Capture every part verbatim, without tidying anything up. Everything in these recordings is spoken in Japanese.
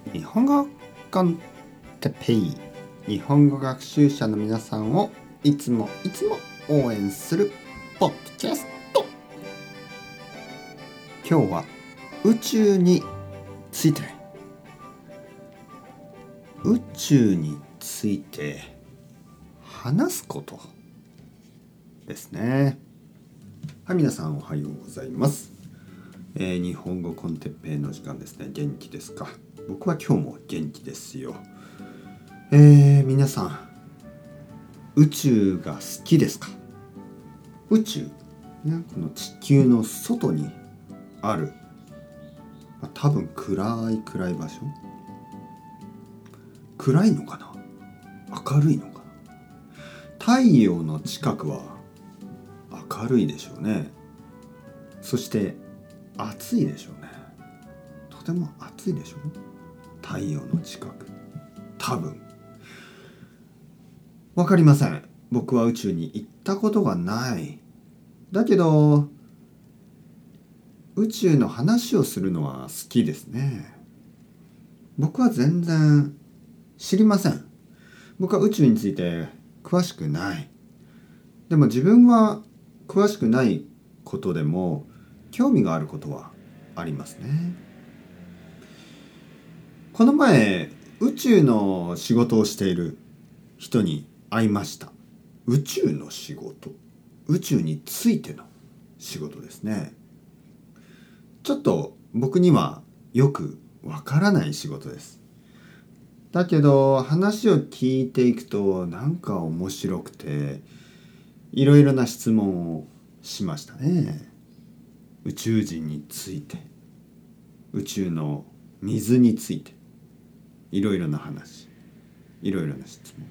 日本語コンテペイ、日本語学習者の皆さんをいつもいつも応援するポッドキャスト。今日は宇宙について宇宙について話すことですね。はい、皆さんおはようございます。えー、日本語コンテッペイの時間ですね。元気ですか？僕は今日も元気ですよ。えー、皆さん宇宙が好きですか？宇宙、ね、この地球の外にある、まあ、多分暗い暗い場所、暗いのかな、明るいのかな。太陽の近くは明るいでしょうね。そして暑いでしょうね。とても暑いでしょう。太陽の近く、多分わかりません。僕は宇宙に行ったことがない。だけど宇宙の話をするのは好きですね。僕は全然知りません。僕は宇宙について詳しくない。でも自分は詳しくないことでも興味があることはありますね。この前宇宙の仕事をしている人に会いました。宇宙の仕事、宇宙についての仕事ですね。ちょっと僕にはよくわからない仕事です。だけど話を聞いていくとなんか面白くて、いろいろな質問をしましたね。宇宙人について、宇宙の水について、いろいろな話、いろいろな質問。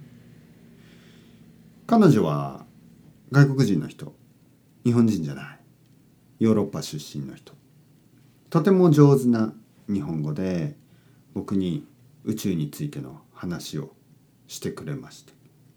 彼女は外国人の人、日本人じゃない、ヨーロッパ出身の人。とても上手な日本語で僕に宇宙についての話をしてくれました。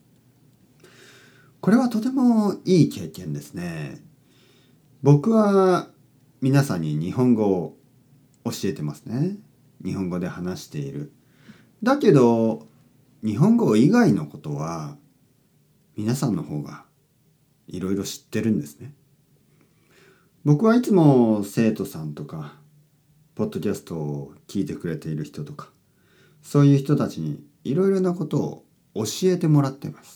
これはとてもいい経験ですね。僕は皆さんに日本語を教えてますね。日本語で話している。だけど日本語以外のことは皆さんの方がいろいろ知ってるんですね。僕はいつも生徒さんとかポッドキャストを聞いてくれている人とか、そういう人たちにいろいろなことを教えてもらっています。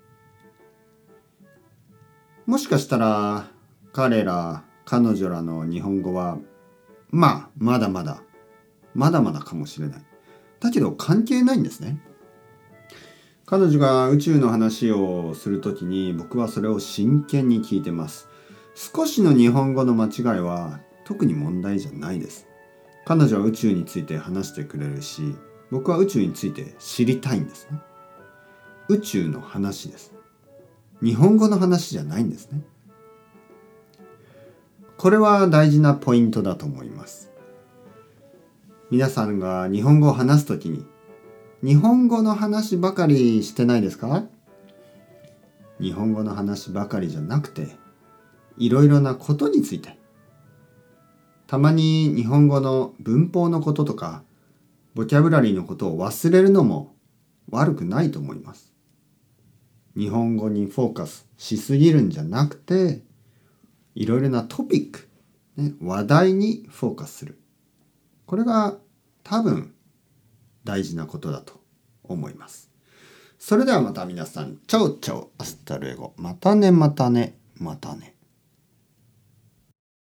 もしかしたら彼ら彼女らの日本語はまあまだまだまだまだかもしれない。だけど関係ないんですね。彼女が宇宙の話をするときに僕はそれを真剣に聞いてます。少しの日本語の間違いは特に問題じゃないです。彼女は宇宙について話してくれるし、僕は宇宙について知りたいんですね。宇宙の話です。日本語の話じゃないんですね。これは大事なポイントだと思います。皆さんが日本語を話すときに日本語の話ばかりしてないですか？日本語の話ばかりじゃなくて、いろいろなことについて。たまに日本語の文法のこととか、ボキャブラリーのことを忘れるのも悪くないと思います。日本語にフォーカスしすぎるんじゃなくて、いろいろなトピック、ね、話題にフォーカスする。これが多分大事なことだと思います。それではまた皆さん、チャオチャオ、アスタルエゴ。またねまたねまたね。